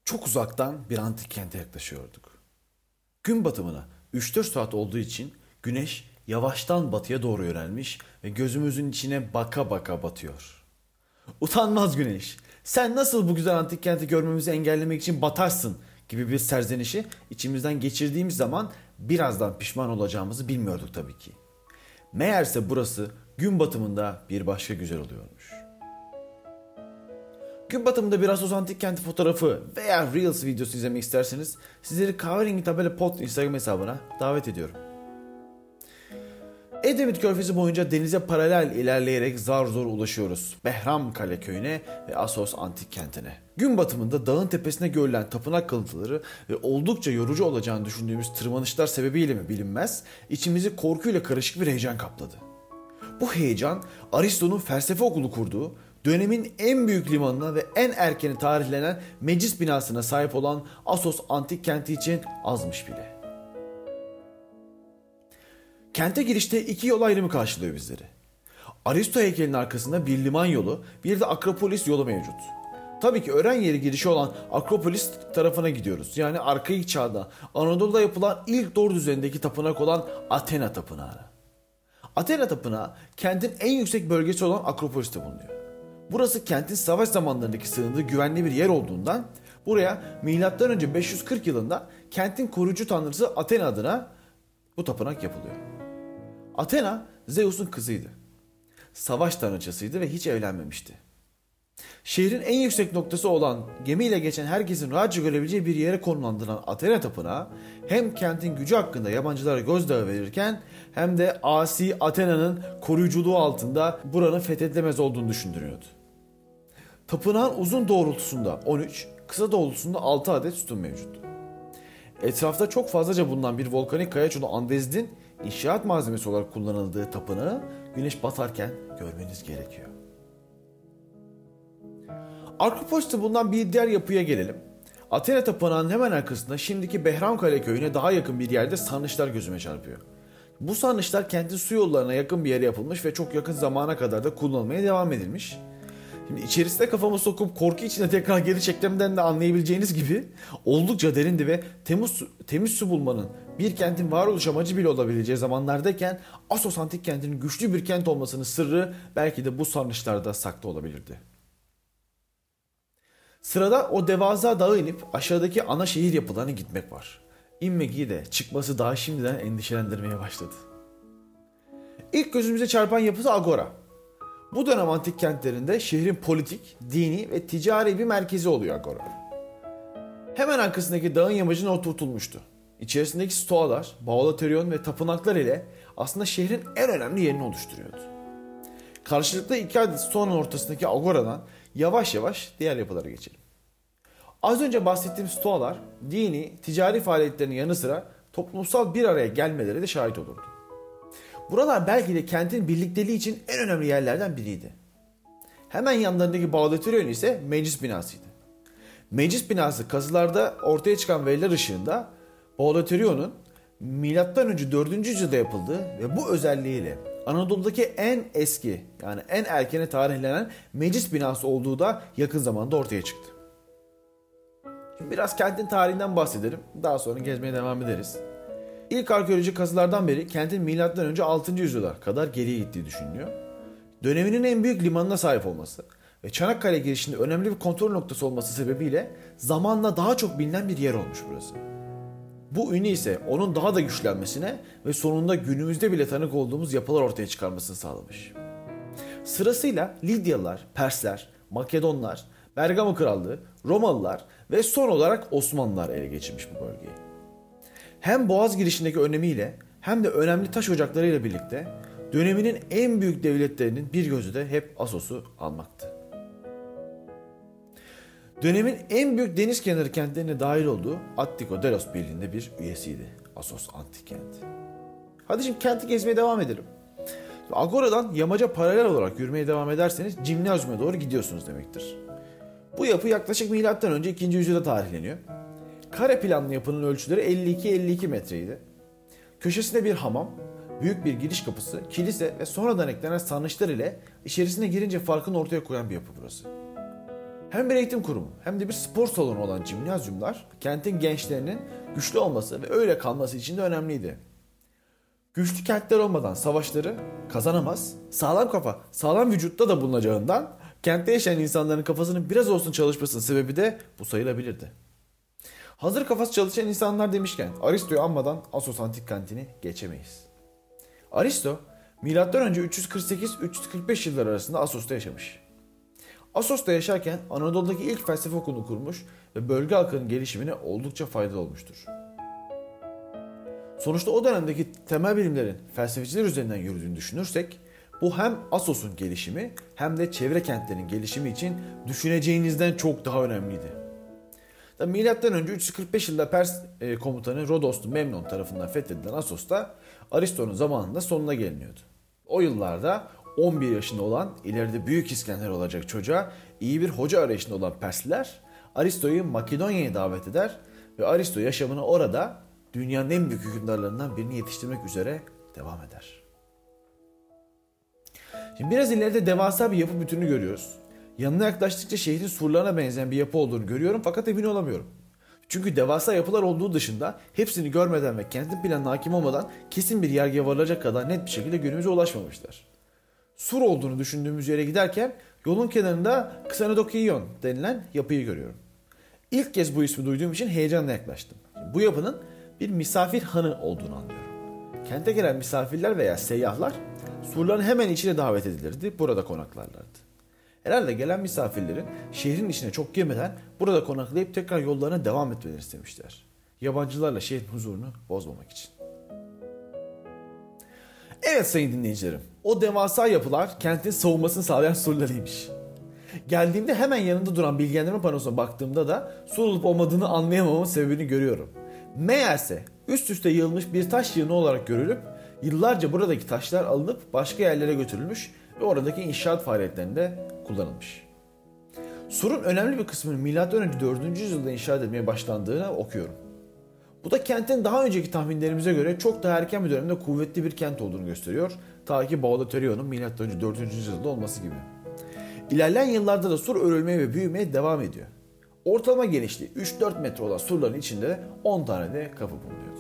Çok uzaktan bir antik kente yaklaşıyorduk. Gün batımına 3-4 saat olduğu için güneş yavaştan batıya doğru yönelmiş ve gözümüzün içine baka baka batıyor. Utanmaz güneş, sen nasıl bu güzel antik kenti görmemizi engellemek için batarsın gibi bir serzenişi içimizden geçirdiğimiz zaman birazdan pişman olacağımızı bilmiyorduk tabii ki. Meğerse burası gün batımında bir başka güzel oluyormuş. Gün batımında biraz Assos Antik Kenti fotoğrafı veya Reels videosu izlemek isterseniz sizleri Kahverengi Tabela Pod Instagram hesabına davet ediyorum. Edremit Körfezi boyunca denize paralel ilerleyerek zar zor ulaşıyoruz. Behramkale köyüne ve Assos Antik Kenti'ne. Gün batımında dağın tepesine görülen tapınak kalıntıları ve oldukça yorucu olacağını düşündüğümüz tırmanışlar sebebiyle mi bilinmez, içimizi korkuyla karışık bir heyecan kapladı. Bu heyecan Aristo'nun felsefe okulu kurduğu, dönemin en büyük limanına ve en erkeni tarihlenen meclis binasına sahip olan Assos Antik Kenti için azmış bile. Kente girişte iki yol ayrımı karşılıyor bizleri. Aristo heykelinin arkasında bir liman yolu, bir de Akropolis yolu mevcut. Tabii ki öğren yeri girişi olan Akropolis tarafına gidiyoruz. Yani arkaik çağda Anadolu'da yapılan ilk doğru düzenindeki tapınak olan Athena Tapınağı'na. Athena Tapınağı kentin en yüksek bölgesi olan Akropolis'te bulunuyor. Burası kentin savaş zamanlarındaki sığındığı güvenli bir yer olduğundan buraya M.Ö. 540 yılında kentin koruyucu tanrısı Athena adına bu tapınak yapılıyor. Athena Zeus'un kızıydı. Savaş tanrıçasıydı ve hiç evlenmemişti. Şehrin en yüksek noktası olan gemiyle geçen herkesin rahatça görebileceği bir yere konumlandırılan Athena Tapınağı hem kentin gücü hakkında yabancılara gözdağı verirken hem de asi Athena'nın koruyuculuğu altında buranın fethedilemez olduğunu düşündürüyordu. Tapınağın uzun doğrultusunda 13, kısa doğrultusunda 6 adet sütun mevcut. Etrafta çok fazlaca bulunan bir volkanik kayaç olan andezitin inşaat malzemesi olarak kullanıldığı tapınağı güneş batarken görmeniz gerekiyor. Akropolis'te bulunan bir diğer yapıya gelelim. Athena Tapınağı'nın hemen arkasında şimdiki Behramkale köyüne daha yakın bir yerde sarnıçlar gözüme çarpıyor. Bu sarnıçlar kentin su yollarına yakın bir yere yapılmış ve çok yakın zamana kadar da kullanılmaya devam edilmiş. Şimdi içerisine kafamı sokup korku içinde tekrar geri çekmemden de anlayabileceğiniz gibi oldukça derindi ve temiz su bulmanın bir kentin varoluş amacı bile olabileceği zamanlardayken Assos Antik Kenti'nin güçlü bir kent olmasının sırrı belki de bu sarnıçlarda saklı olabilirdi. Sırada o devasa dağı inip aşağıdaki ana şehir yapılarına gitmek var. İnmek iyi de çıkması daha şimdiden endişelendirmeye başladı. İlk gözümüze çarpan yapısı Agora. Bu dönem antik kentlerinde şehrin politik, dini ve ticari bir merkezi oluyor Agora. Hemen arkasındaki dağın yamacına oturtulmuştu. İçerisindeki stoalar, baulaterion ve tapınaklar ile aslında şehrin en önemli yerini oluşturuyordu. Karşılıklı iki adet stoanın ortasındaki Agora'dan yavaş yavaş diğer yapılara geçelim. Az önce bahsettiğim stoalar dini, ticari faaliyetlerinin yanı sıra toplumsal bir araya gelmeleri de şahit olurdu. Buralar belki de kentin birlikteliği için en önemli yerlerden biriydi. Hemen yanlarındaki Baulaterion ise meclis binasıydı. Meclis binası kazılarda ortaya çıkan veriler ışığında Baulaterion'un M.Ö. 4. yüzyılda yapıldığı ve bu özelliğiyle Anadolu'daki en eski yani en erkene tarihlenen meclis binası olduğu da yakın zamanda ortaya çıktı. Şimdi biraz kentin tarihinden bahsedelim. Daha sonra gezmeye devam ederiz. İlk arkeolojik kazılardan beri kentin M.Ö. 6. yüzyıla kadar geriye gittiği düşünülüyor. Döneminin en büyük limanına sahip olması ve Çanakkale girişinde önemli bir kontrol noktası olması sebebiyle zamanla daha çok bilinen bir yer olmuş burası. Bu ünü ise onun daha da güçlenmesine ve sonunda günümüzde bile tanık olduğumuz yapılar ortaya çıkarmasını sağlamış. Sırasıyla Lidyalılar, Persler, Makedonlar, Bergama Krallığı, Romalılar ve son olarak Osmanlılar ele geçirmiş bu bölgeyi. Hem boğaz girişindeki önemiyle hem de önemli taş ocaklarıyla birlikte döneminin en büyük devletlerinin bir gözü de hep Assos'u almaktı. Dönemin en büyük deniz kenarı kentlerine dahil olduğu Attiko Delos Birliği'nde bir üyesiydi Assos Antik Kenti. Hadi şimdi kenti gezmeye devam edelim. Agora'dan yamaca paralel olarak yürümeye devam ederseniz Cimnazyum'a doğru gidiyorsunuz demektir. Bu yapı yaklaşık M.Ö. 2. yüzyılda tarihleniyor. Kare planlı yapının ölçüleri 52-52 metreydi. Köşesinde bir hamam, büyük bir giriş kapısı, kilise ve sonradan eklenen sarnıçlar ile içerisine girince farkını ortaya koyan bir yapı burası. Hem bir eğitim kurumu hem de bir spor salonu olan cimnazyumlar kentin gençlerinin güçlü olması ve öyle kalması için de önemliydi. Güçlü kentler olmadan savaşları kazanamaz, sağlam kafa, sağlam vücutta da bulunacağından kentte yaşayan insanların kafasının biraz olsun çalışmasının sebebi de bu sayılabilirdi. Hazır kafası çalışan insanlar demişken Aristo'yu anmadan Assos Antik Kenti'ni geçemeyiz. Aristo, M.Ö. 348-345 yılları arasında Assos'ta yaşamış. Assos'ta yaşarken Anadolu'daki ilk felsefe okulunu kurmuş ve bölge halkının gelişimine oldukça faydalı olmuştur. Sonuçta o dönemdeki temel bilimlerin felsefeciler üzerinden yürüdüğünü düşünürsek, bu hem Assos'un gelişimi hem de çevre kentlerin gelişimi için düşüneceğinizden çok daha önemliydi. Milattan önce 345 yılında Pers komutanı Rodoslu Memnon tarafından fethedilen Assos'ta Aristo'nun zamanında sonuna geliniyordu. O yıllarda 11 yaşında olan ileride Büyük İskender olacak çocuğa iyi bir hoca arayışında olan Persliler Aristo'yu Makedonya'ya davet eder ve Aristo yaşamını orada dünyanın en büyük hükümdarlarından birini yetiştirmek üzere devam eder. Şimdi biraz ileride devasa bir yapı bütünü görüyoruz. Yanına yaklaştıkça şehrin surlarına benzeyen bir yapı olduğunu görüyorum fakat emin olamıyorum. Çünkü devasa yapılar olduğu dışında hepsini görmeden ve kentin planına hakim olmadan kesin bir yargıya varılacak kadar net bir şekilde günümüze ulaşmamışlar. Sur olduğunu düşündüğümüz yere giderken yolun kenarında Ksenodokeion denilen yapıyı görüyorum. İlk kez bu ismi duyduğum için heyecanla yaklaştım. Bu yapının bir misafir hanı olduğunu anlıyorum. Kente gelen misafirler veya seyyahlar surların hemen içine davet edilirdi, burada konaklarlardı. Herhalde gelen misafirlerin şehrin içine çok girmeden burada konaklayıp tekrar yollarına devam etmelerini istemişler. Yabancılarla şehrin huzurunu bozmamak için. Evet sayın dinleyicilerim, o devasa yapılar kentin savunmasını sağlayan surlarıymış. Geldiğimde hemen yanında duran bilgilendirme panosuna baktığımda da sur olup olmadığını anlayamamamın sebebini görüyorum. Meğerse üst üste yığılmış bir taş yığını olarak görülüp yıllarca buradaki taşlar alınıp başka yerlere götürülmüş ve oradaki inşaat faaliyetlerinde kullanılmış. Surun önemli bir kısmının M.Ö. 4. yüzyılda inşa edilmeye başlandığını okuyorum. Bu da kentin daha önceki tahminlerimize göre çok daha erken bir dönemde kuvvetli bir kent olduğunu gösteriyor. Ta ki Baudaterion'un M.Ö. 4. yüzyılda olması gibi. İlerleyen yıllarda da sur örülmeye ve büyümeye devam ediyor. Ortalama genişliği 3-4 metre olan surların içinde 10 tane de kapı bulunuyordu.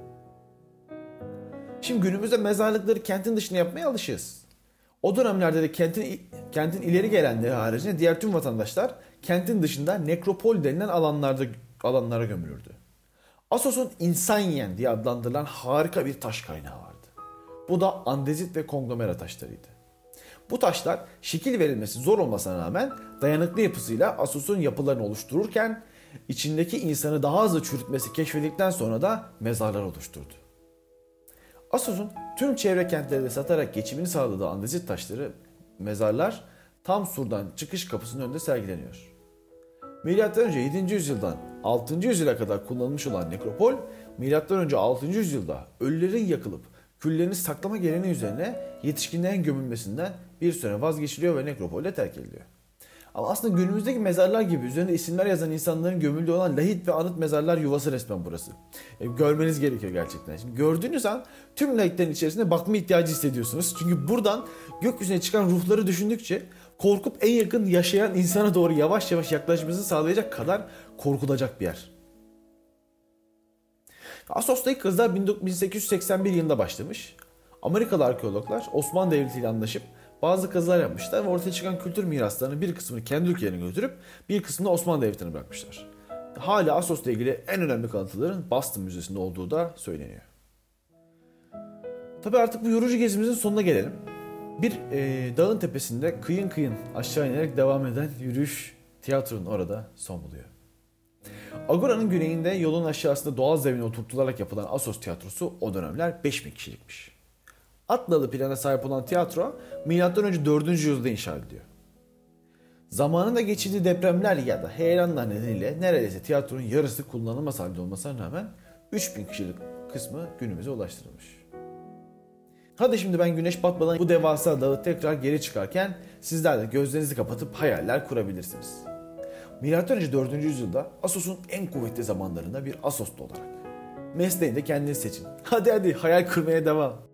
Şimdi günümüzde mezarlıkları kentin dışına yapmaya alışığız. O dönemlerde de kentin ileri gelenleri haricinde diğer tüm vatandaşlar kentin dışında nekropol denilen alanlara gömülürdü. Assos'un insan yiyen diye adlandırılan harika bir taş kaynağı vardı. Bu da andezit ve konglomera taşlarıydı. Bu taşlar şekil verilmesi zor olmasına rağmen dayanıklı yapısıyla Assos'un yapılarını oluştururken içindeki insanı daha hızlı çürütmesi keşfedildikten sonra da mezarlar oluşturdu. Assos'un tüm çevre kentlerde satarak geçimini sağladığı andezit taşları, mezarlar tam surdan çıkış kapısının önünde sergileniyor. M.Ö. 7. yüzyıldan 6. yüzyıla kadar kullanılmış olan nekropol, M.Ö. 6. yüzyılda ölülerin yakılıp küllerini saklama geleneği üzerine yetişkinlerin gömülmesinden bir süre vazgeçiliyor ve nekropolde terk ediliyor. Ama aslında günümüzdeki mezarlar gibi üzerinde isimler yazan insanların gömüldüğü olan lahit ve anıt mezarlar yuvası resmen burası. Görmeniz gerekiyor gerçekten. Şimdi gördüğünüz an tüm lahitlerin içerisinde bakma ihtiyacı hissediyorsunuz. Çünkü buradan gökyüzüne çıkan ruhları düşündükçe korkup en yakın yaşayan insana doğru yavaş yavaş yaklaşmasını sağlayacak kadar korkulacak bir yer. Assos'ta ilk kazılar 1881 yılında başlamış. Amerikalı arkeologlar Osmanlı Devleti ile anlaşıp bazı kazılar yapmışlar ve ortaya çıkan kültür miraslarının bir kısmını kendi ülkelerine götürüp bir kısmını Osmanlı Devleti'ne bırakmışlar. Hala Assos'la ilgili en önemli kalıntıların Boston Müzesi'nde olduğu da söyleniyor. Tabi artık bu yorucu gezimizin sonuna gelelim. Bir dağın tepesinde kıyın kıyın aşağı inerek devam eden yürüyüş tiyatronun orada son buluyor. Agora'nın güneyinde yolun aşağısında doğal zemine oturtularak yapılan Assos tiyatrosu o dönemler 5000 kişilikmiş. Atnalı plana sahip olan tiyatro M.Ö. 4. yüzyılda inşa ediliyor. Zamanında geçirdiği depremler ya da heyelanlar nedeniyle neredeyse tiyatronun yarısı kullanılmaz halde olmasına rağmen 3000 kişilik kısmı günümüze ulaştırılmış. Hadi şimdi ben güneş batmadan bu devasa dağı tekrar geri çıkarken sizler de gözlerinizi kapatıp hayaller kurabilirsiniz. M.Ö. 4. yüzyılda Assos'un en kuvvetli zamanlarında bir Assoslu olarak. Mesleğinde kendiniz seçin. Hadi hayal kurmaya devam.